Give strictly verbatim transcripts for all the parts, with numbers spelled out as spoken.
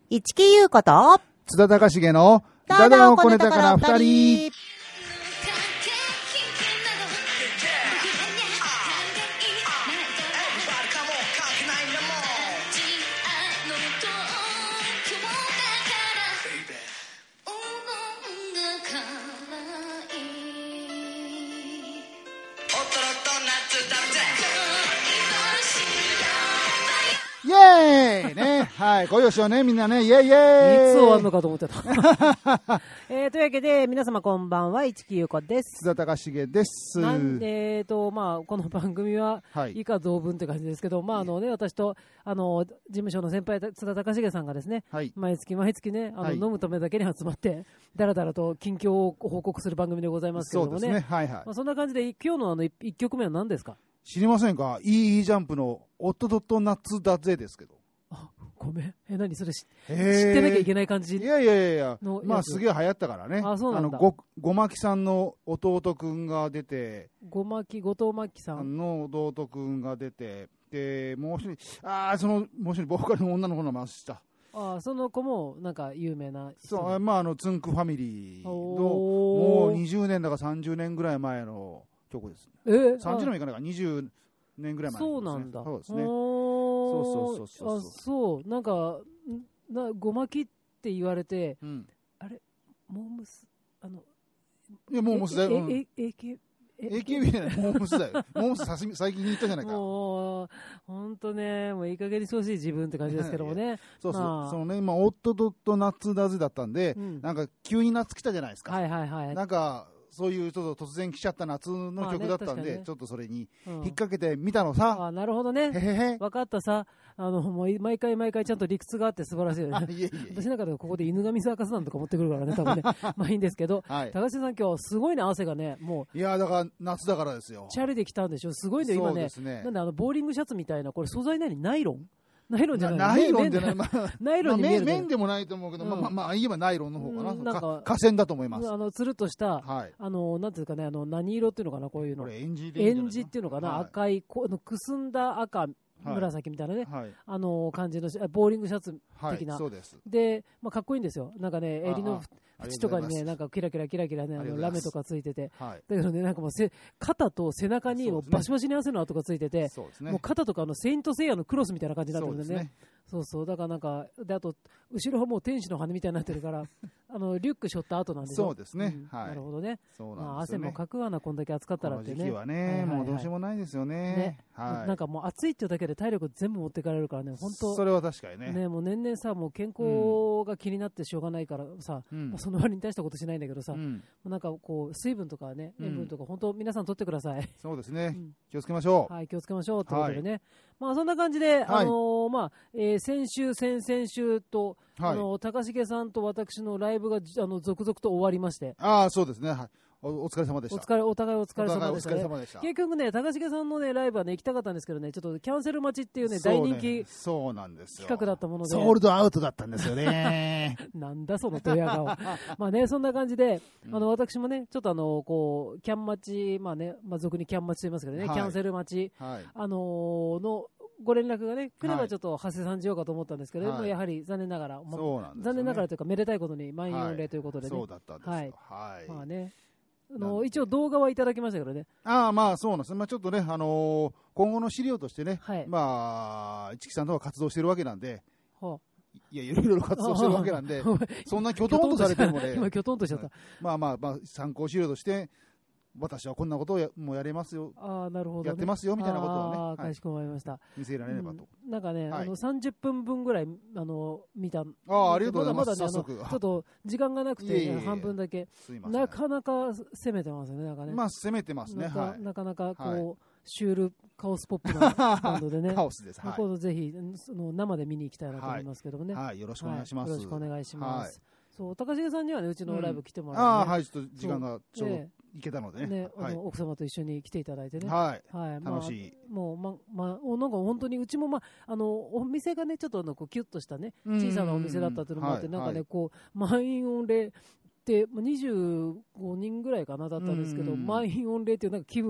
市木優子と津田隆重のダダをこねたから二人。イエーイね、はい、ごよしをね、みんなね、イエイイエーイ。 いつ終わるのかと思ってた。えー、というわけで、皆様こんばんは、市木優子です。 津田隆重です。 なんえーと、まあ、この番組は、以下同文って感じですけど、はい、まあ、あのね、私と、あの、事務所の先輩、津田隆重さんがですね、はい、毎月毎月ね、あの、はい、飲むためだけに集まって、だらだらと近況を報告する番組でございますけれどもね。そうですね、はいはい。まあ、そんな感じで、今日のあの、一曲目は何ですか？ 知りませんか？ イー ジャンプの、オットドットナッツだぜですけど。 あ、ごめん。え、何それ知ってなきゃいけない感じ？ いやいやいやいや、まあすげえ流行ったからね。 あ、そうなんだ。 あの、ご、ごまきさんの弟くんが出て、 ごまき、後藤真希さんの弟くんが出て、で、もう一人、ああ、その、もう一人、ボーカルの女の子の名前した。 ああ、その子もなんか有名な人。 そう、まああの、つんくファミリーの、もうにじゅうねんだかさんじゅうねんぐらい前の曲です、ね。 えー、 さんじゅうねんもいかないか、にじゅうねんぐらい前、ね。 そうなんだ。 そうですね。そうそうそうそう。 あ、そう。なんか、なごまきって言われて、うん、あれ、モームス、あの、 いや、モームスだよ。 え、え、え、え、 エーケービー じゃない、モームスだよ。モームス最近言ったじゃないか。 もう、ほんとね、もういい加減にしてほしい自分って感じですけどもね。 そうそう、まあ、そのね、今、オットドットナッツダズだったんで、うん、なんか急に夏来たじゃないですか。 はいはいはい。 なんか、そういうちょっと突然来ちゃった夏の曲だったんで、まあねね、ちょっとそれに引っ掛けてみたのさ。 うん、あ、なるほどね。へへへ。分かったさ。あの、もう毎回毎回ちゃんと理屈があって素晴らしいよね。いえいえいえ、私なんかでここで犬神サーカス団とか持ってくるからね、多分ね。まあいいんですけど、はい、高橋さん今日すごいね、汗がね、もう。いや、だから夏だからですよ。 チャリで来たんでしょ。すごいね、今ね。ね、なんであの、ボーリングシャツみたいな、これ素材何？ナイロン？ナイロンじゃない。 ナイロンじゃない。 ナイロンに見える。 綿でもないと思うけど、まあまあ言えばナイロンの方かな。なんか河川だと思います。 あのつるっとした、あのなんていうかね、あの何色っていうのかな、こういうの。 エンジエンジっていうのかな、赤いこのくすんだ赤。紫みたいなね、はい、あの感じのボーリングシャツ的な、 はい、そうです。 で、まあ、かっこいいんですよ。なんかね、襟の縁とかにね、なんかキラキラキラキラね、あのラメとかついてて、はい、だけどね、なんかもうせ肩と背中にもうバシバシに汗の跡がついてて、ね、もう肩とかあのセイントセイヤのクロスみたいな感じになってるんでね。そうそう、だからなんか、で、あと、後ろはもう天使の羽みたいになってるから、あの、リュック背負った後なんでしょ。 そうですね。 うん、はい。なるほどね。 そうなんですね。 まあ、汗もかくわな、こんだけ暑かったらってね。 この時期はね、はいはいはい、もうどうしようもないですよね。ね、 はい。なんかもう暑いっていうだけで体力全部持ってかれるからね、本当。 それは確かにね。 ね、もう年々さ、もう健康が気になってしょうがないからさ、うん、まあ、その割に大したことしないんだけどさ、うん、なんかこう、水分とかね、塩分とか、本当皆さん取ってください。 そうですね。うん、気をつけましょう。 はい、気をつけましょう。ということでね。はい、まあ、そんな感じで、あのー、まあ、えー、先週、先々週と、はい、あの高重さんと私のライブがあの続々と終わりまして。 ああ、そうですね。はい。お, お疲れ様でした。 お疲れ、お互いお疲れ様でした、ね。 お疲れ様でした。 結局ね、高重さんのね、ライブはね、行きたかったんですけどね、ちょっとキャンセル待ちっていうね、大人気そうなんですよ。 企画だったもので。 ソールドアウトだったんですよね。 なんだそのドヤ顔。まあね、そんな感じで、あの、私もね、ちょっとあの、こう、キャン待ち、まあね、まあ俗にキャン待ちと言いますけどね、はい、キャンセル待ち、はい、あのー、の、ご連絡がね、来ればちょっと発生さんじようかと思ったんですけど、はい、やはり残念ながら、まあね、残念ながらというか、めでたいことに満員御礼ということでね。 はい、そうだったんですよ。はい。 はい、まあね。あの一応動画はいただきましたけどね。 ああ、まあそうなんですね。まあちょっとね、あのー、今後の資料としてね、はい、まあ市木さんとは活動してるわけなんで、はあ、いやいろいろ活動してるわけなんで、そんなきょとんとされてもね、 今きょとんとしちゃった。 まあまあまあ参考資料として。私はこんなことを や, もうやれますよ、 あ、なるほどね、 やってますよみたいなことをね、 あ、かしこまりました、はい、 見せられればと、 うん、なんかね、はい、あのさんじゅっぷんぶんぐらいあの見た、 あ、ありがとうございます。 まだまだね、ちょっと時間がなくて、ね、いえいえ半分だけ、なかなか攻めてますね、なんかね、 まあ攻めてますね、 なか、 はい、 なかなかこう、はい、シュールカオスポップなバンドでね、 カオスです、はい、 今度ぜひその生で見に行きたいなと思いますけどもね、 はいはい、よろしくお願いします、 はい、よろしくお願いします。 はい、 そう、高重さんにはね、うちのライブ来てもらって、ね、 うん、ああ、はい、ちょっと時間がちょうど行けたのでね、 ね、はい、あの奥様と一緒に来ていただいてね、 はい、 はい、 楽しい、 まあ、もう、ま、まあ、なんか本当にうちも、まあ、あのお店がね、ちょっとあのこうキュッとしたね、小さなお店だったというのもあって、なんかね、こう満員御礼ってにじゅうごにんぐらいかなだったんですけど、満員御礼っていうなんか気分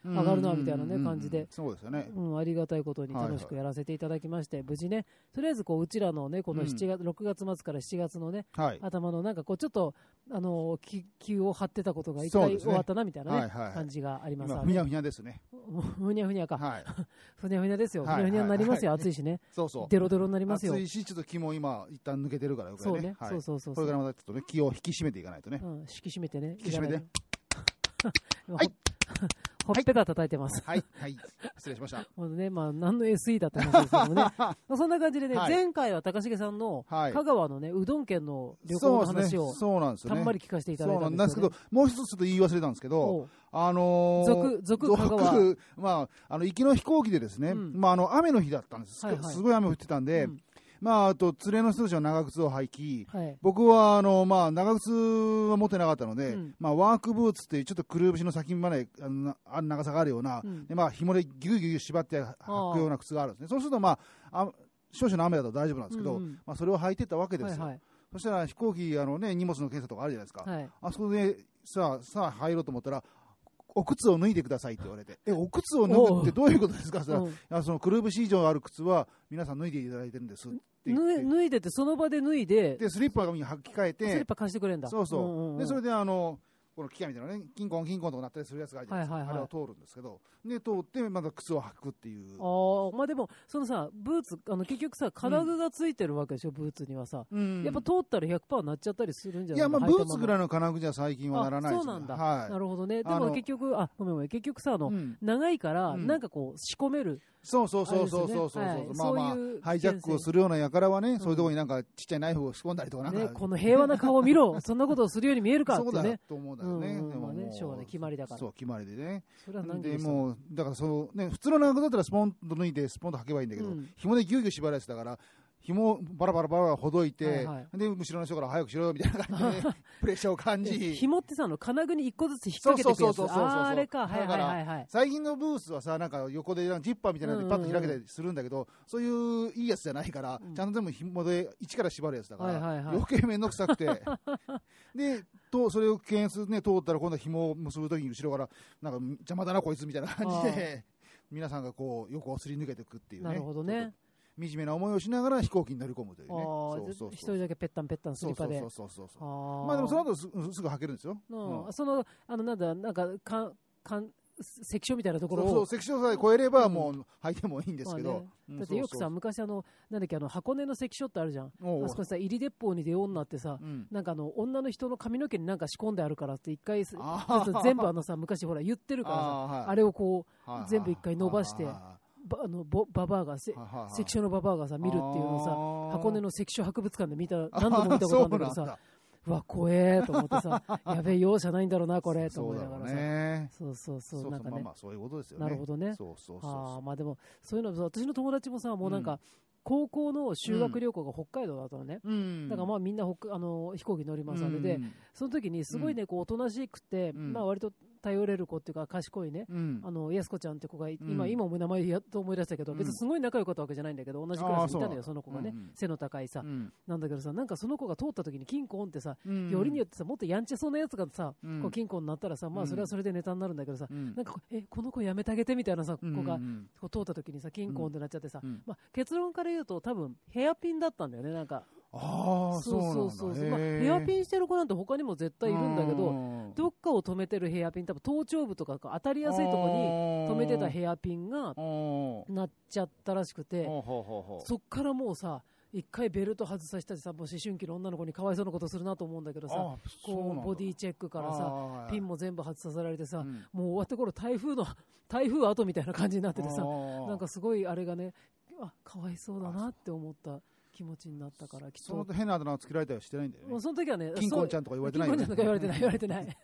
上がるなみたいなね感じで、 そうですよね、 うん、ありがたいことに楽しくやらせていただきまして、無事ね、とりあえずこううちらのねこのしちがつ、ろくがつ末からしちがつのね頭のなんかこうちょっとあの気を張ってたことが一回終わったなみたいなね感じがあります。 ふにゃふにゃですね。 ふにゃふにゃか。ふにゃふにゃですよ。ふにゃふにゃになりますよ。暑いしね。 そうそう。 デロデロになりますよ。 暑いし、ちょっと気も今一旦抜けてるからよくね。 そうね。そうそうそう。 これからまたちょっとね気を引き締めていかないとね。 引き締めてね。 引き締めて。 はい。ほっぺた叩いてます。 はい、はい、失礼しました。 もうね、まあ、何の エスイー だって話ですけどもね。そんな感じでね、前回は高重さんの香川のね、うどん県の旅行の話を、 そうなんですよね。 たんまり聞かせていただいたんですけど、 もう一つちょっと言い忘れたんですけど、あの続、続香川。 まあ、あの、行きの飛行機でですね、まあ、あの、雨の日だったんです。すごい雨降ってたんで、まあ、あと連れの人たちは長靴を履き、はい、僕はあの、まあ、長靴は持ってなかったので、うん、まあ、ワークブーツっていうちょっとくるぶしの先まであの長さがあるような、うん、でまあ、紐でギュギュギュ縛って履くような靴があるんですね。そうすると、まあ、あ少々の雨だと大丈夫なんですけど、うんうん、まあ、それを履いてたわけですよ。はいはい、そしたら飛行機あの、ね、荷物の検査とかあるじゃないですか、はい、あそこでさあ、さあ入ろうと思ったら、お靴を脱いでくださいって言われて、え、お靴を脱ぐってどういうことですかって言ったら、そのくるぶし以上ある靴は皆さん脱いでいただいてるんですって言って。 脱いでて、その場で脱いで、 でスリッパに履き替えて、 スリッパ貸してくれるんだ。 そうそう、うんうんうん、でそれであのこの機械みたいなね、キンコンキンコンとかなったりするやつがあるじゃないですか、はいはいはい、あれを通るんですけど、で通ってまた靴を履くっていう。 ああ、まあでもそのさ、ブーツあの結局さ、金具がついてるわけでしょ、うん、ブーツにはさ、うん、やっぱ通ったら ひゃくパーセント なっちゃったりするんじゃない？ いや、まあブーツぐらいの金具じゃ最近はならないですね。 そうなんだ、 はい、 なるほどね。でも結局、あ、ごめんごめん、結局さ、あの、うん、長いから、うん、なんかこう仕込める。 そうそうそうそうそうそう、はい、まあまあハイジャックをするようなやからはね、うん、そういうところになんかちっちゃいナイフを仕込んだりとかなんか、ね、 この平和な顔を見ろそんなことをするように見えるかってね。 そうだと思うんだよね。 うんうん、でもね、しょうがない決まりだから。 そう決まりでね。 それは何でもうだからそうね、普通の長靴だったらスポンと脱いでスポンと履けばいいんだけど、うん、紐でギュウギュウ縛られてたから。紐バラバラバラバラほどいて、はいはい、で後ろの人から早くしろよみたいな感じでプレッシャーを感じ、 紐ってさ、あの金具に一個ずつ引っ掛けていくやつ。ああれか、はいはいはいはい。 最近のブースはさ、なんか横でジッパーみたいなのでパッと開けたりするんだけど、うんうんうん、そういういいやつじゃないから、うん、ちゃんとでも紐で一から縛るやつだから、はいはいはい、余計面倒くさくてでとそれを検出ね通ったら今度は紐を結ぶときに後ろからなんか邪魔だなこいつみたいな感じで皆さんがこう横をすり抜けていくっていうね。 なるほどね。 惨めな思いをしながら飛行機に乗り込むというね。 一人だけペッタンペッタンスリッパで。 そうそうそうそう。まあでもその後すすぐ履けるんですよ。 うん、そのあのなんだなんかかかん関所みたいなところをそうそう関所さえ越えればもう履いてもいいんですけど、 うん、だってよくさ昔あのなんだっけあの箱根の関所ってあるじゃん。あそこさ入り鉄砲に出ようになってさ、うん、なんかあの女の人の髪の毛になんか仕込んであるからって一回全部あのさ昔ほら言ってるからさ あ,、はい、あれをこう全部一回伸ばして。ばあのぼババアがせ関所のババアがさ見るっていうのをさ箱根の関所博物館で見た何度も見たことあるんだけどさうわ怖えと思ってさやべえ容赦ないんだろうなこれと思いながらさそうそうそうなんかねそういうことですよね。 なるほどね。 そうそうそうあまあでもそういうの私の友達もさもうなんか高校の修学旅行が北海道だったのね、うん、だからまあみんなあの飛行機乗りますので、うん、でその時にすごいねこうおとなしくて、うん、まあ割と頼れる子っていうか賢いね、うん、あのやすこちゃんって子が今、うん、今も名前やっと思い出したけど、うん、別にすごい仲良かったわけじゃないんだけど同じクラスにいたのよ そ, その子がね、うんうん、背の高いさ、うん、なんだけどさなんかその子が通った時にキンコンってさ、うん、よりによってさもっとやんちゃそうなやつがさ、うん、こうキンコンになったらさまあそれはそれでネタになるんだけどさ、うん、なんかえこの子やめてあげてみたいなさ子がこう通った時にさキンコンってなっちゃってさ、うんまあ、結論から言うと多分ヘアピンだったんだよねなんか。 あそうそうそうそう、 まあ、ヘアピンしてる子なんて他にも絶対いるんだけどどっかを止めてるヘアピン多分頭頂部とか当たりやすいところに止めてたヘアピンがなっちゃったらしくてそっからもうさ一回ベルト外させたりさもう思春期の女の子にかわいそうなことするなと思うんだけどさこうボディチェックからさピンも全部外させられてさ、うん、もう終わった頃台風の台風後みたいな感じになっててさなんかすごいあれがねあかわいそうだなって思った気持ちになったからきっとその変なあだ名をつけられたりはしてないんだよね。 もうその時はねキンコンちゃんとか言われてないよね。 キンコンちゃんとか言われてない言われてない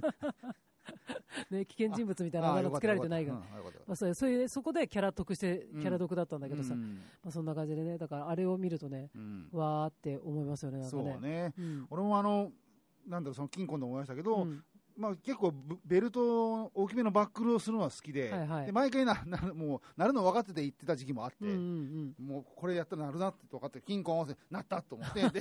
ね危険人物みたいなあだ名つけられてないからまあそうそういうそこでキャラ得してキャラ得だったんだけどさ、うんまあ、そんな感じでねだからあれを見るとね、うん、わーって思いますよねなんかね。 そうね、うん、俺もあのなんだろうそのキンコンで思いましたけど、うんまあ、結構ベルト大きめのバックルをするのは好き で,、はいはい、で毎回 な, な, もうなるの分かってて言ってた時期もあって、うんうんうん、もうこれやったらなるなって分かってキンコンをなったと思ってで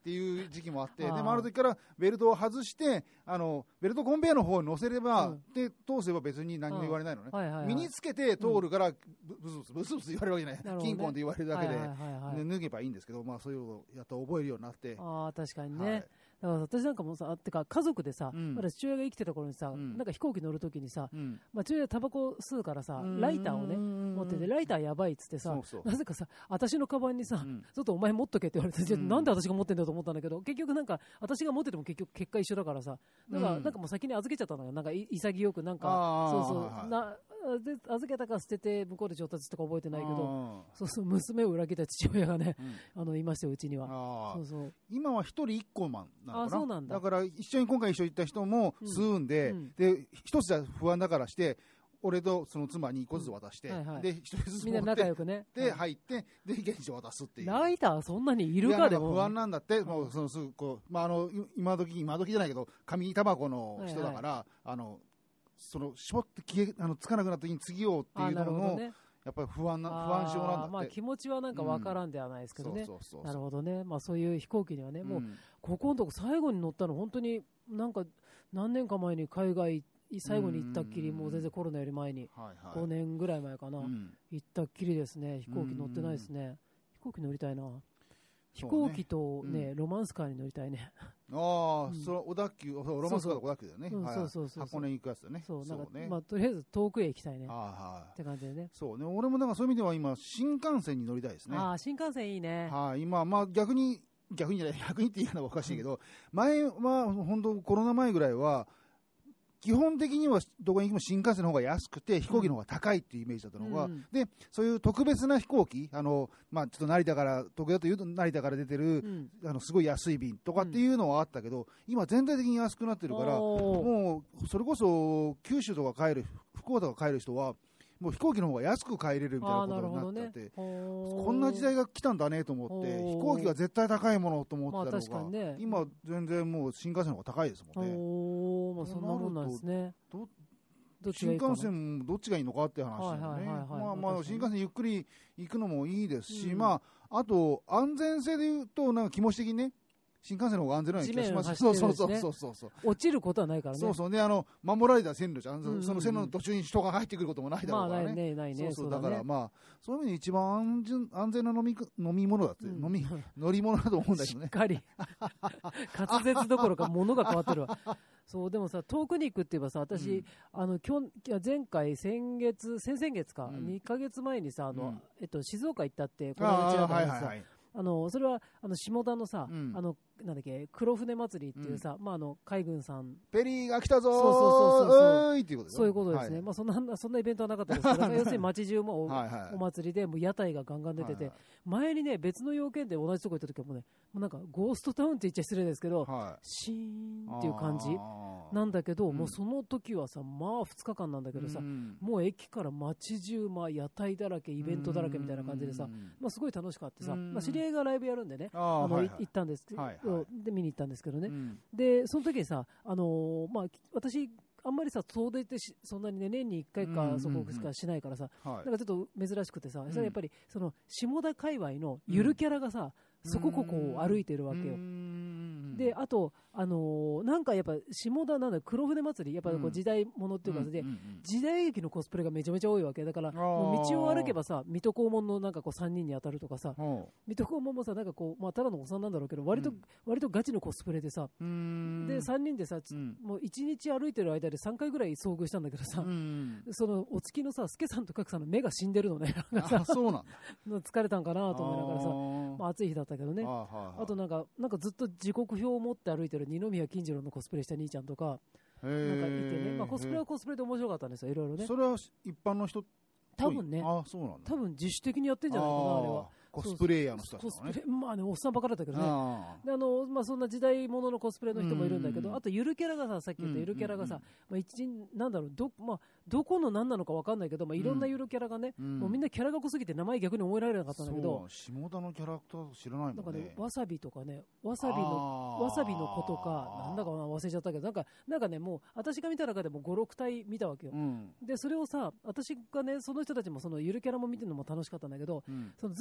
っていう時期もあって、でもある時からベルトを外して、あのベルトコンベヤーの方に乗せれば、うん、で通せば別に何も言われないのね、はいはいはい、身につけて通るからブスブスブスブス言われるわけじゃない、ね、金婚って言われるだけで、はいはいはいはい、脱げばいいんですけど、まあ、そういうのをやっと覚えるようになって。 あ確かにね、はい、だから私なんかもさ、てか家族でさ、うん、まだ父親が生きてた頃にさ、うん、なんか飛行機乗るときにさ、うん、まあ、父親タバコ吸うからさ、ライターをね持ってて、ライターやばいっつってさ、そうそうなぜかさ、私のカバンにさ、うん、ちょっとお前持っとけって言われて、うん、なんで私が持ってんだと思ったんだけど、結局なんか私が持ってても結局結果一緒だからさ、なんか、うん、なんかもう先に預けちゃったんだよ、なんか潔くなんか、そうそう、はいはい、なで預けたか捨てて向こうで調達とか覚えてないけど、そうそう娘を裏切った父親がね、うん、あのいましたようちには。そうそう今は一人一個マンなのかな。 あそうなんだ。 だから一緒に今回一緒に行った人も吸うんで、うんうん、で一つじゃ不安だからして。俺とその妻に一個ずつ渡して、うんはいはい、で一人ずつ持ってみんな仲良くね、で入ってで現地を渡すっていう。 ライターそんなにいるかでも不安なんだって、うん、もうそのすぐこうまああの今時今時じゃないけど紙タバコの人だから、はいはい、あのその絞って消えあのつかなくなった時に次をっていうのの、ね、やっぱり不安な不安症なんだって。 まあ気持ちはなんかわからんではないですけどね。なるほどね。まあそういう飛行機にはね、もうここのとこ最後に乗ったの本当になんか何年か前に海外最後に行ったっきり、もう全然コロナより前にごねんぐらい前かな、行ったっきりですね。飛行機乗ってないですね。飛行機乗りたいな。飛行機とねロマンスカーに乗りたいね。 ああ、それ小田急、ロマンスカーと小田急だよね。そうそうそう。箱根行くやつだね。 そうなんかまあとりあえず遠くへ行きたいね。って感じでね。 そうね。俺もだからそういう意味では今新幹線に乗りたいですね。 ああ新幹線いいね。 はい。今まあ逆に逆にじゃない逆にって言うのはおかしいけど、前は本当コロナ前ぐらいは。基本的にはどこに行っても新幹線の方が安くて飛行機の方が高いっていうイメージだったのが、うん、でそういう特別な飛行機、あの、まあ、ちょっと成田から東京だというと成田から出てる、うん、あのすごい安い便とかっていうのはあったけど、うん、今全体的に安くなってるから、もうそれこそ九州とか帰る福岡とか帰る人はもう飛行機の方が安く帰れるみたいなことになっちゃって、ね、こんな時代が来たんだねと思って飛行機は絶対高いものと思ってたのが、まあね、今全然もう新幹線の方が高いですもんね。 お、まあ、そんなもんなんですね。 どど新幹線もどっちがいいのかっていう話だよね。まあまあ新幹線ゆっくり行くのもいいですし、うん、まああと安全性で言うとなんか気持ち的にね新幹線の方が安全なような気がします。そうそうそうそうそう。 落ちることはないからね。 そうそうね、あの守られた線路じゃん。うんうんうん、その線路の途中に人が入ってくることもないだろうからね。まあないねないね。そうそうだからまあそういう意味で一番安全安全な飲み飲み物だって、うん、飲み乗り物だと思うんだけどね。 しっかり滑舌どころか物が変わってるわ。そうでもさ遠くに行くって言えばさ私、うん、あの今日前回先月先々月か、うん、にかげつまえにさあの、うん、えっと静岡行ったってこの間違ったんですよ。あのそれはあの下田のさ、うん、あのなんだっけ黒船祭りっていうさ、うん、まああの海軍さんペリーが来たぞー、 そうそうそうそうっていうことですよ。 そういうことですね。はい、まあそんなそんなイベントはなかったですけど、要するに街中も お, はい、はい、お祭りでもう屋台がガンガン出てて、はいはい、前にね別の要件で同じとこ行った時はもうねもうなんかゴーストタウンって言っちゃ失礼ですけど、はい、シーンっていう感じなんだけど、うん、もうその時はさまあふつかかんなんだけどさ、うん、もう駅から街中まあ屋台だらけイベントだらけみたいな感じでさ、まあすごい楽しかったさ、まあ知り合いがライブやるんでね、ああの、はいはい、行ったんです、はいはい、で見に行ったんですけどね、うん、でその時にさ、あのーまあ、私あんまりさ遠出ってそんなにね年にいっかいかそこしかしないからさ、うんうんうん、なんかちょっと珍しくてさ、はい、それやっぱりその下田界隈のゆるキャラがさ、うん、そこここを歩いてるわけよ。であと、あのー、なんかやっぱ下田なんだ黒船祭りやっぱこう時代物っていうか、うん、で、うんうんうん、時代劇のコスプレがめちゃめちゃ多いわけだからもう道を歩けばさ水戸黄門のなんかこうさんにんに当たるとかさ水戸黄門もさなんかこう、まあ、ただのおっさんなんだろうけど割と、うん、割とガチのコスプレでさでさんにんでさ、うん、もういちにち歩いてる間でさんかいぐらい遭遇したんだけどさ、うん、そのお月のさ助さんと角さんの目が死んでるのねあそうなんだ疲れたんかなと思いながらさまあ、暑い日だったけどね あ, あとなんかなんかずっと時刻表を持って歩いてる二宮金次郎のコスプレした兄ちゃんとかなんかいてね、まあ、コスプレはコスプレで面白かったんですよいろいろね。 それは一般の人多分ねあそうなんだ多分自主的にやってんじゃないかなあれはコスプレイヤーの人たちとかね。 まあね、おっさんばっかりだったけどね。あであのまあ、そんな時代物のコスプレの人もいるんだけど、あとゆるキャラがさ、さっき言ったゆるキャラがさ、まあ、一なんだろうど、まあ、どこの何なのか分かんないけど、まあ、いろんなゆるキャラがね、うん、もうみんなキャラが濃すぎて名前逆に覚えられなかったんだけど、 下田のキャラクター知らないもんね。なんかね、 わさびとかね、わさびのわさびの子とか、なんだかな忘れちゃったけど、なんかなんかね、もう私が見た中でもご、ろくたい見たわけよ。うん、でそれをさ、私がね、その人たちもそのゆるキャラも見てるのも楽しかったんだけど、うん、そのずっとね、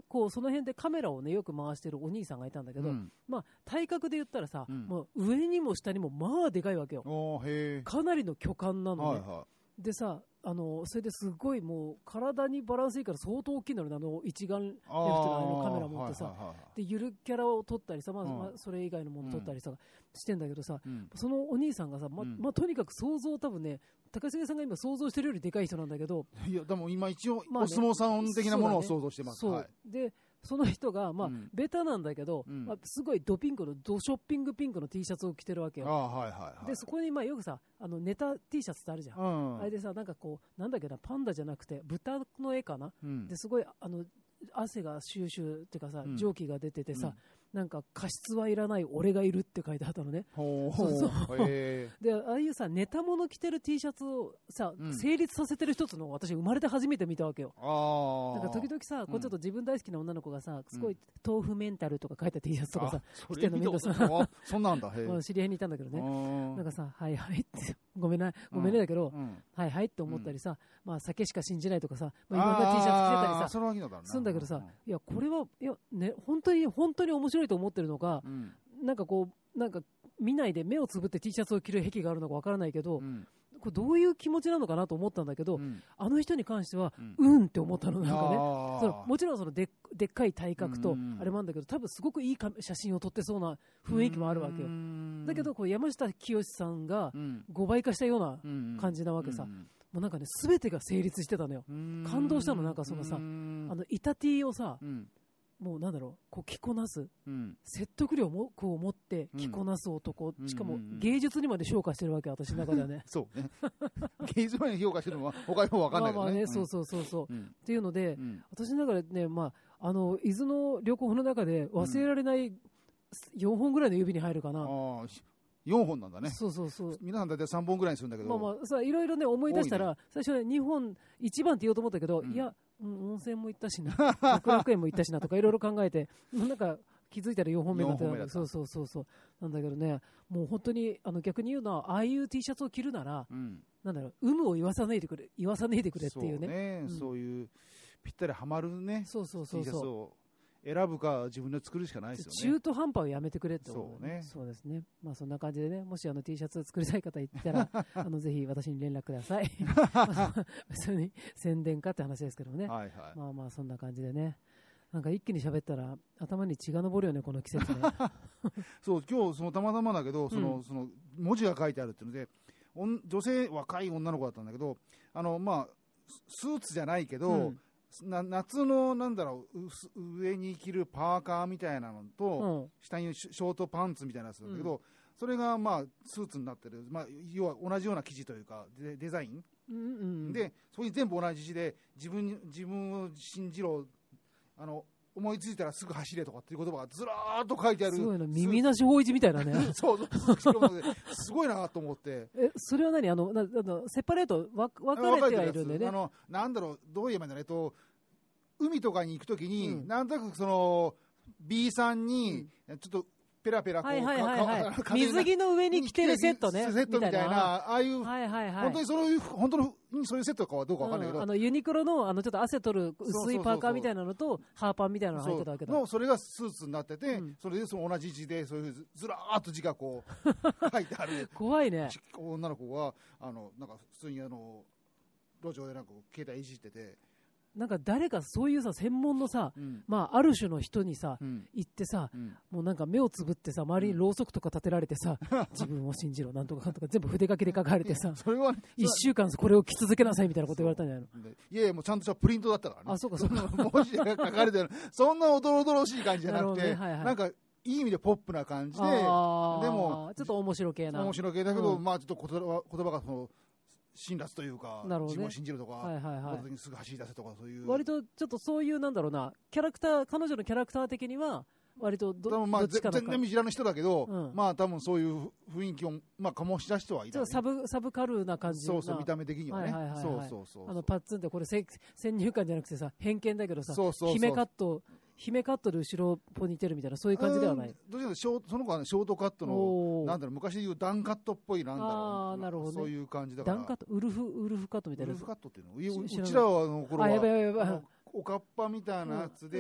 ね、こうその辺でカメラをねよく回してるお兄さんがいたんだけど、うん、まあ体格で言ったらさ、うん、もう上にも下にもまあでかいわけよ。 へかなりの巨漢なのね。はいはい、でさ、あのそれですごいもう体にバランスいいから相当大きいのに、あの一眼レフとのカメラ持ってさ、はいはいはい、でゆるキャラを撮ったりさ、まあまあ、それ以外のもの撮ったりさ、うん、してんだけどさ、うん、そのお兄さんがさ、ま、うん、まあ、とにかく想像多分ね、高重さんが今想像してるよりでかい人なんだけど、 いやでも今一応、まあね、お相撲さん的なものを想像してます。 そう、ね、はい、でその人が、まあうん、ベタなんだけど、うんまあ、すごいドピンクのドショッピングピンクの T シャツを着てるわけよ。 あ、はいはいはい、 でそこにまあよくさ、あのネタ T シャツってあるじゃん、うん、あれでさ、なんかこうなんだっけな、パンダじゃなくて豚の絵かな、うん、ですごいあの汗が収集っていうかさ、うん、蒸気が出ててさ、うん、なんか加湿はいらない俺がいるって書いてあったのね。ほうほう、そうそうでああいうさネタ物着てる T シャツをさ、うん、成立させてる一つの私生まれて初めて見たわけよ。あ、なんか時々さ、こうちょっと自分大好きな女の子がさ、すごい豆腐メンタルとか書いた T シャツとかさ、着てるの見るとさ、 そんなんだ、 へ知り合いにいたんだけどね、なんかさ、はいはいってごめんなごめんねだけど、うん、はいはいって思ったりさ、うん、まあ酒しか信じないとかさ、まあ、いろんな T シャツ着てたりさ、 それはいいのだな、 するんだけどさ、うん、いやこれはいやね本当に本当に面白いと思ってるのか、うん、なんかこうなんか見ないで目をつぶって T シャツを着る癖があるのかわからないけど、うん、これどういう気持ちなのかなと思ったんだけど、うん、あの人に関しては、うん、うんって思ったの、なんかね、そのもちろんその で, でっかい体格とあれもあるんだけど、多分すごくいい写真を撮ってそうな雰囲気もあるわけよ。だけどこう山下清さんがごばい化したような感じなわけさ、もうなんかね全てが成立してたのよ。感動したの、なんかそのさ、あの板 T をさ、うんもうなんだろう、こう着こなす、うん、説得力をこう持って着こなす男、うん、しかも芸術にまで昇華してるわけ、私の中ではね。 そうね。芸術まで評価してるのは他にも分かんないけどね。まあまあね、 そうそうそうそう。うん、っていうので、うん、私の中でね、まああの伊豆の旅行の中で忘れられないよんほんぐらいの指に入るかな。 あよんほんなんだね。 そうそうそう。 皆さん大体さんぼんぐらいにするんだけど。 まあまあさ、いろいろね思い出したら、ね、最初ねにほんいちばんって言おうと思ったけど、うん、いや、うん、温泉も行ったしな、楽楽園も行ったしなとかいろいろ考えて、なんか気づいたらよんほんめになってた。そうそうそうそう。なんだけどね、もう本当にあの逆に言うのは、ああいう T シャツを着るなら、うん、なんだろう、有無を言わさないでくれ、言わさないでくれっていうね。 そうね、うん、そういうぴったりはまるね。 そうそうそうそう。T シャツを選ぶか自分で作るしかないですよね。 中途半端をやめてくれって思う、ね、そうね。そうですね。まあそんな感じでね、もしあの T シャツ作りたい方いたらあのぜひ私に連絡ください。別に宣伝かって話ですけどね。はいはい、まあまあそんな感じでね。なんか一気に喋ったら頭に血が上るよね、この季節ね。 そう今日そのたまたまだけど、その、うん、その文字が書いてあるっていうので、女性若い女の子だったんだけど、あのまあスーツじゃないけど。うんな夏のなんだろう上に着るパーカーみたいなのと、うん、下にショートパンツみたいなやつなんだけど、うん、それがまあスーツになってる、まあ、要は同じような生地というか デ, デザイン、うんうん、でそれに全部同じ字で自分に自分を信じろ、あの思いついたらすぐ走れとかっていう言葉がずらーっと書いてある。 すごいな、耳なし法一みたいなね。 そうそうそうすごいなと思って。 えそれは何、あのなあのセパレート分かれてはいるんでね。 あのなんだろう、どう言えばいいんだろう、えっと海とかに行くときに、うん、なんとなくその B さんにちょっとペラペラこう、はいはいはいはい、 水着の上に着てるセットね、 セットみたいな、ああいう、はいはいはい、本当にそういう本当にそういうセットかはどうかわかんないけど、 うん、あのユニクロのあのちょっと汗取る薄いパーカーみたいなのとハーパンみたいなのが入ってたわけだ。 のそれがスーツになってて、うん、それでその同じ字でそういうずらーっと字がこう書いてある。 怖いね。 女の子があのなんか普通にあの路上でなんか携帯いじってて。 なんか誰かそういうさ専門のさ、うん、まあある種の人にさ、うん、行ってさ、うん、もうなんか目をつぶってさ周りにろうそくとか立てられてさ、うん、自分を信じろなんとかなんとか全部筆書きで書かれてさ、それは、ね、いっしゅうかんこれを着続けなさいみたいなこと言われたんじゃないの。 いやいやもうちゃんとしたプリントだったからね。 あそうかそうか。 文字で書かれてるそんなおどろおどろしい感じじゃなくて、なるほどね、はいはい、なんかいい意味でポップな感じで、でもちょっと面白系な面白系だけど、まあちょっと言葉言葉がその辛辣というか、ね、自分を信じるとか、はいはいはい、すぐ走り出せとかそういう割とちょっとそういうなんだろうなキャラクター彼女のキャラクター的には割とど、 まあ、 どっちかの全然見知らぬ人だけど、うん、まあ多分そういう雰囲気をまあ醸し出してはいた、ね、 サブサブカルな感じそうそう見た目的にはね、はいはいはいはい、そうそうそうあのパッツンってこれ先入観じゃなくてさ偏見だけどさそうそうそう姫カット姫カットで後ろポニーテールみたいなそういう感じではない。 どういうショーその子は、ね、ショートカットのなんだろう昔でいうダンカットっぽいなんだろうあなるほど、ね、 そういう感じだからダンカットウルフウルフカットみたいなウルフカットっていうのうちらはあの頃はおかっぱみたいなやつで、うん、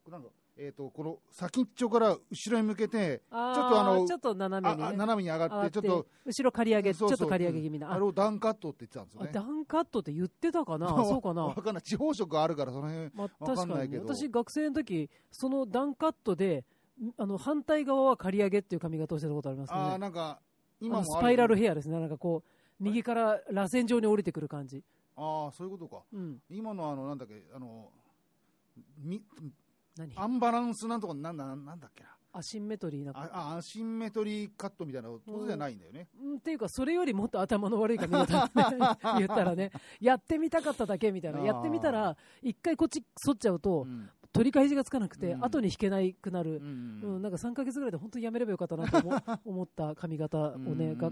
なんかえー、とこの先っちょから後ろに向けてちょっとあのちょっと斜めに、ね、 斜めに上がってちょっと後ろ刈り上げそうそうちょっと刈り上げ気味な、 うん、あれをダウンカットって言ってたんですよね。 ダウンカットって言ってたかなそうかなわかんない地方色あるからその辺、まあ、わかんないけど、 確かに私学生の時そのダウンカットであの反対側は刈り上げっていう髪型をしてたことありますね。 あなんか今もスパイラルヘアですね。なんかこう右から螺旋状に降りてくる感じ。 ああそういうことか、うん、今のあのなんだっけあのみ何アンバランスなんとかなんだなんだっけなアシンメトリーなあアシンメトリーカットみたいなことじゃないんだよね、 うん、っていうかそれよりもっと頭の悪い髪型言ったらねやってみたかっただけみたいなやってみたら一回こっち反っちゃうと、うん、取り返しがつかなくて、うん、後に引けなくなる、うんうん、なんかさんかげつぐらいで本当にやめればよかったなと 思, 思った髪型をね、うん、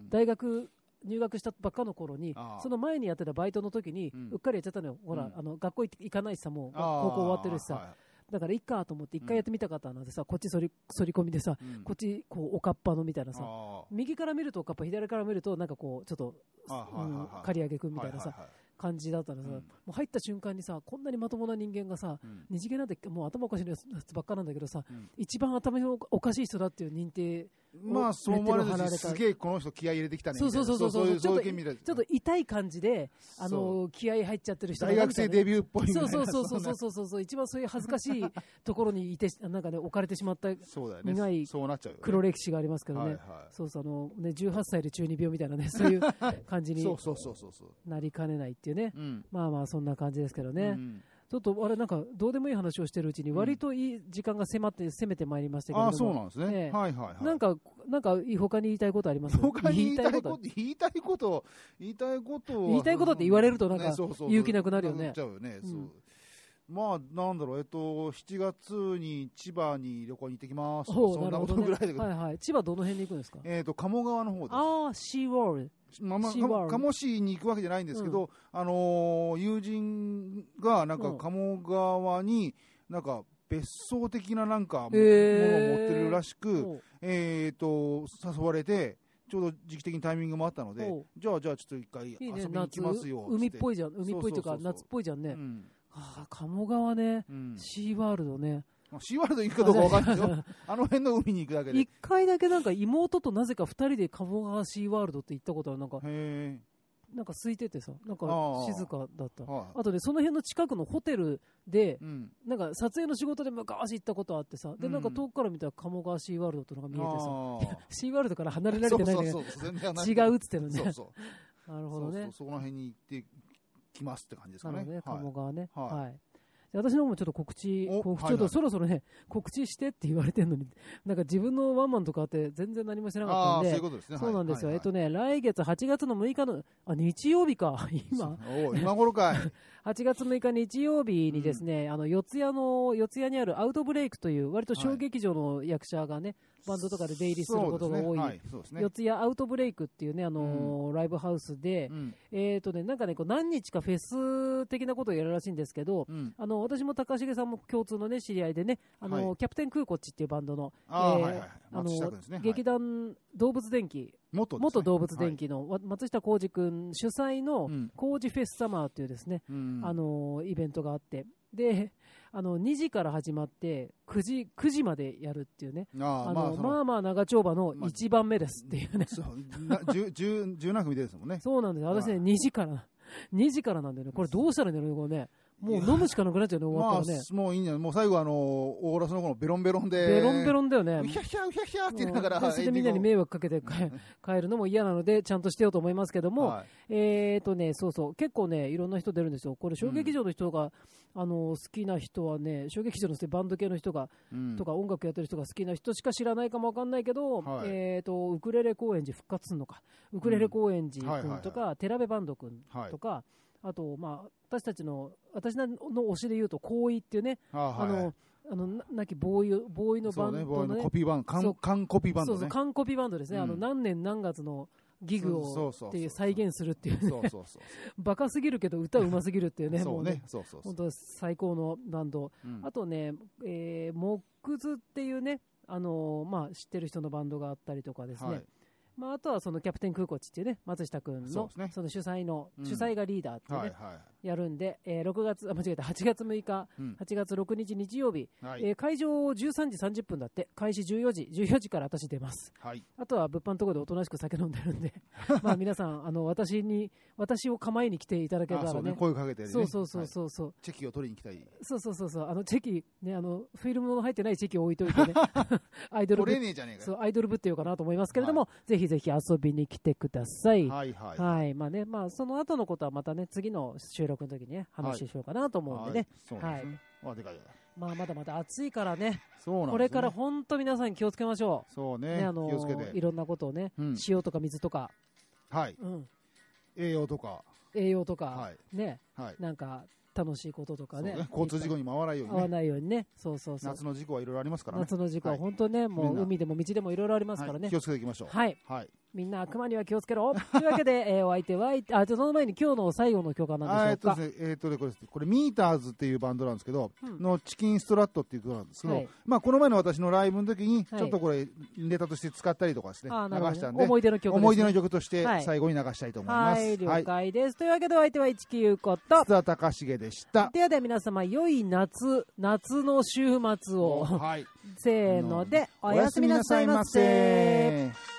大学入学したばっかの頃にその前にやってたバイトの時に、うん、うっかりやっちゃったのよ、うん、ほらあの学校行かないしさもう高校終わってるしさ、はい、だからいっかと思って一回やってみたかったのでさ、うん、こっち反り、反り込みでさ、うん、こっちこうおかっぱのみたいなさ、右から見るとおかっぱ左から見るとなんかこうちょっと刈り上げくんみたいなさ、はいはいはい感じだったらさ、うん、もう入った瞬間にさこんなにまともな人間がさ、うん、二次元なんてもう頭おかしいやつばっかなんだけどさ、うん、一番頭のおかしい人だっていう認定まあそう思われるしすげえこの人気合い入れてきたねみたいなそうそうそうそうそうちょっと痛い感じであの気合い入っちゃってる人大学生デビューっぽいみたいなそうそうそうそうそうそうそう一番そういう恥ずかしいところにいてなんかね置かれてしまった苦い黒歴史がありますけどねそうそうあのねじゅうはっさいで中二病みたいなねそういう感じになりかねないっていうねまあまあそんな感じですけどね、うん、ちょっとあれなんかどうでもいい話をしてるうちに割といい時間が迫って攻めてまいりましたけれども、 あそうなんですね、ねはいはいはい、 なんかなんか他に言いたいことあります？ 他に言いたいこと言いたいこと言いたいこと言いたいことって言われるとなんか勇気なくなるよね。 まあなんだろうえっとしちがつに千葉に旅行に行ってきます。そんなことぐらいで、ねはいはい、千葉どの辺に行くんですか？ えっと鴨川の方です。 ああシーワールド。 まあまあ、鴨市に行くわけじゃないんですけど、うん、あのー、友人がなんか鴨川になんか別荘的ななんかものを持ってるらしく、えー、と誘われてちょうど時期的にタイミングもあったのでじゃあじゃあちょっと一回遊びに行きますよ。 いいね、海っぽいじゃん海っぽいというか夏っぽいじゃんね、うん、ああ鴨川ね、うん、シーワールドねシーワールド行くかどうか分かんないですよあの辺の海に行くだけで一回だけなんか妹となぜか二人で鴨川シーワールドって行ったことはなんかへなんか空いててさなんか静かだった あ, あとでその辺の近くのホテルで、うん、なんか撮影の仕事で昔行ったことあってさでなんか遠くから見たら鴨川シーワールドってのが見えてさシーワールドから離れられてないんだけど違うっつってるねそうそうなるほどね。 そうそうそこの辺に行ってきますって感じですかね。 なるほどね鴨川ねはい、はい私の方もちょっと告知、告知ちょっとそろそろね、告知してって言われてるのに、なんか自分のワンマンとかあって全然何もしてなかったんで、 そういうことですね。 そうなんですよ。えっとね、来月はちがつのむいかの、あ、日曜日か、今。 お今頃かい。 はちがつむいか日曜日にですね、うん、あの、四谷の、四谷にあるアウトブレイクという、割と小劇場の役者がね、バンドとかで出入りすることが多い、ねね、四谷アウトブレイクっていうね、あのーうん、ライブハウスで、うん、えっとね、なんかね、こう何日かフェス的なことをやるらしいんですけど、うん、あの、私も高重さんも共通のね、知り合いでね、あのーはい、キャプテンクーコッチっていうバンドの、あ、えーはいはい、あのーね、劇団動物電気、元, ね、元動物電気の、はい、松下浩二君主催の浩二フェスサマーというですね、うん、あのー、イベントがあって、で、あのにじから始まってくじ、くじまでやるっていうね、ああの、まあ、まあまあ長丁場のいちばんめですっていうね、 まあ、十何組ですもんね。 そうなんですよ、私ね、にじから、にじからなんだよね、これどうしたらいいんだろうね、これね。もう飲むしかなくなっちゃうね、終わったらね。 まあ、もういいんじゃない、もう最後、あのオーラスの頃ベロンベロンで、 ベロンベロンだよね、 うひゃひゃうひゃひゃって言いながら、 それでみんなに迷惑かけて帰るのも嫌なので、ちゃんとしてようと思いますけども、はい、えーとね、そうそう、結構ね、いろんな人出るんですよ、これ、小劇場の人が、うん、あの好きな人はね、小劇場のバンド系の人が、うん、とか、音楽やってる人が好きな人しか知らないかもわかんないけど、はい、えーと、ウクレレ高円寺復活するのか、ウクレレ高円寺君とか、寺部バンド君とか、はいあと、まあ、私たちの、私の推しで言うと、高位っていうね、あ, あの、はい、あの、なきボーイ、ボーイのバンド、ね、ボーイのコピーバンド、缶コピーバンド、ね。 そうそう、缶コピーバンドですね。うん、あの、何年何月のギグをっていう再現するっていうね。そうそうそう。バカすぎるけど、歌うますぎるっていうね。そうね。そうそうそう。本当最高のバンド。うん、あとね、えー、モックズっていうね、あのー、まあ、知ってる人のバンドがあったりとかですね。はいまあ、あとはそのキャプテン空港地っていうね、松下君のその主催の、主催がリーダーってね、やるんで、えー、ろくがつ、あ、間違えた、はちがつむいか、はちがつろくにち日曜日、えー、会場じゅうさんじさんじゅっぷんだって、開始じゅうよじ、じゅうよじから私出ます。あとは物販のところでおとなしく酒飲んでるんで、まあ皆さん、あの、私に、私を構えに来ていただければね。 声かけてね。 そうそうそうそうそう。 チェキを取りに来たい。 そうそうそうそう。あの、チェキ、ね、あの、フィルムの入ってないチェキを置いといてね。アイドル部。そう、アイドル部っていうかなと思いますけれども、ぜひぜひ遊びに来てください。はいはい。はい。まあね、まあその後のことはまたね、次の収録の時にね、話しようかなと思うんでね。はい。まあでかいまあまだまだ暑いからね。そうなんですね。これから本当皆さん気をつけましょう。そうね。ね、あの、気をつけて。いろんなことをね、塩とか水とか。はい。うん。栄養とか。栄養とか。ね。はい。なんか、楽しいこととかね。交通事故にも合わないようにね。合わないようにね。そうそうそう。夏の事故はいろいろありますからね。夏の事故は本当ね、もう海でも道でもいろいろありますからね。気をつけていきましょう。はい。はい。みんな悪魔には気をつけろ。というわけで、えー、お相手は、あ、その前に今日の最後の曲は何でしょうか。えっとね、これ、これミーターズっていうバンドなんですけど、うん、のチキンストラットっていう曲なんですけど、はい、まあこの前の私のライブの時にちょっとこれネタとして使ったりとかですね、はい、流したんで、思い出の曲ですね。思い出の曲として最後に流したいと思います。はい、了解です。はい、というわけでお相手は市木優子と津田隆重でした。ではでは皆様良い夏夏の週末を、はい、せーのでおやすみなさいませ。